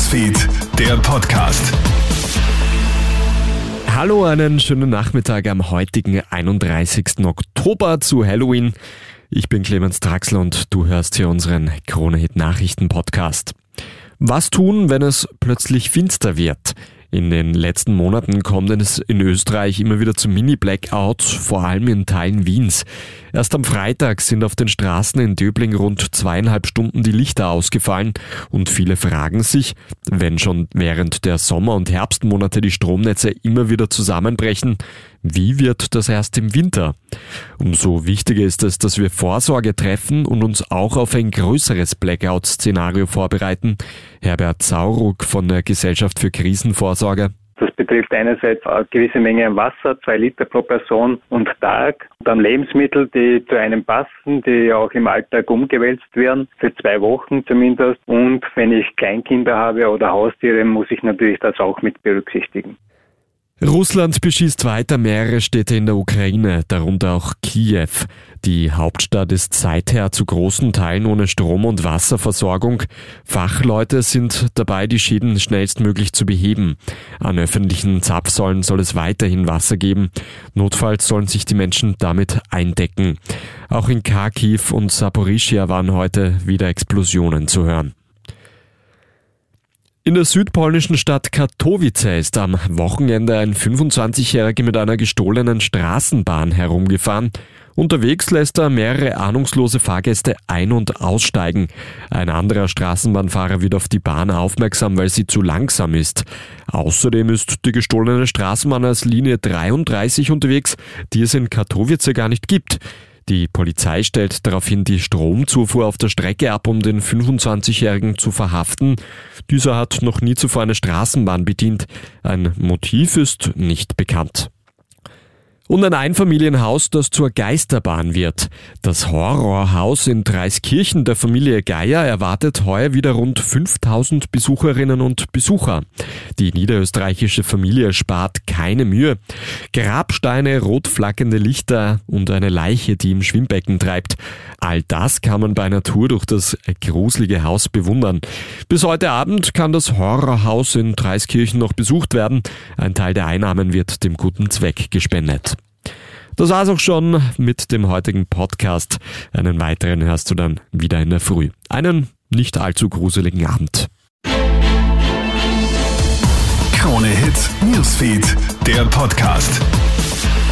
Newsfeed, der Podcast. Hallo, einen schönen Nachmittag am heutigen 31. Oktober zu Halloween. Ich bin Clemens Draxler und du hörst hier unseren Krone-Hit-Nachrichten-Podcast. Was tun, wenn es plötzlich finster wird? In den letzten Monaten kommt es in Österreich immer wieder zu Mini-Blackouts, vor allem in Teilen Wiens. Erst am Freitag sind auf den Straßen in Döbling rund 2,5 Stunden die Lichter ausgefallen und viele fragen sich, wenn schon während der Sommer- und Herbstmonate die Stromnetze immer wieder zusammenbrechen, wie wird das erst im Winter? Umso wichtiger ist es, dass wir Vorsorge treffen und uns auch auf ein größeres Blackout-Szenario vorbereiten. Herbert Sauruck von der Gesellschaft für Krisenvorsorge. Das betrifft einerseits eine gewisse Menge an Wasser, 2 Liter pro Person und Tag. Dann Lebensmittel, die zu einem passen, die auch im Alltag umgewälzt werden, für 2 Wochen zumindest. Und wenn ich Kleinkinder habe oder Haustiere, muss ich natürlich das auch mit berücksichtigen. Russland beschießt weiter mehrere Städte in der Ukraine, darunter auch Kiew. Die Hauptstadt ist seither zu großen Teilen ohne Strom- und Wasserversorgung. Fachleute sind dabei, die Schäden schnellstmöglich zu beheben. An öffentlichen Zapfsäulen soll es weiterhin Wasser geben. Notfalls sollen sich die Menschen damit eindecken. Auch in Kharkiv und Saporischschja waren heute wieder Explosionen zu hören. In der südpolnischen Stadt Katowice ist am Wochenende ein 25-Jähriger mit einer gestohlenen Straßenbahn herumgefahren. Unterwegs lässt er mehrere ahnungslose Fahrgäste ein- und aussteigen. Ein anderer Straßenbahnfahrer wird auf die Bahn aufmerksam, weil sie zu langsam ist. Außerdem ist die gestohlene Straßenbahn als Linie 33 unterwegs, die es in Katowice gar nicht gibt. Die Polizei stellt daraufhin die Stromzufuhr auf der Strecke ab, um den 25-Jährigen zu verhaften. Dieser hat noch nie zuvor eine Straßenbahn bedient. Ein Motiv ist nicht bekannt. Und ein Einfamilienhaus, das zur Geisterbahn wird. Das Horrorhaus in Dreiskirchen der Familie Geier erwartet heuer wieder rund 5.000 Besucherinnen und Besucher. Die niederösterreichische Familie spart keine Mühe. Grabsteine, rot flackernde Lichter und eine Leiche, die im Schwimmbecken treibt. All das kann man bei einer Tour durch das gruselige Haus bewundern. Bis heute Abend kann das Horrorhaus in Dreiskirchen noch besucht werden. Ein Teil der Einnahmen wird dem guten Zweck gespendet. Das war's auch schon mit dem heutigen Podcast. Einen weiteren hörst du dann wieder in der Früh. Einen nicht allzu gruseligen Abend. Krone Hit Newsfeed, der Podcast.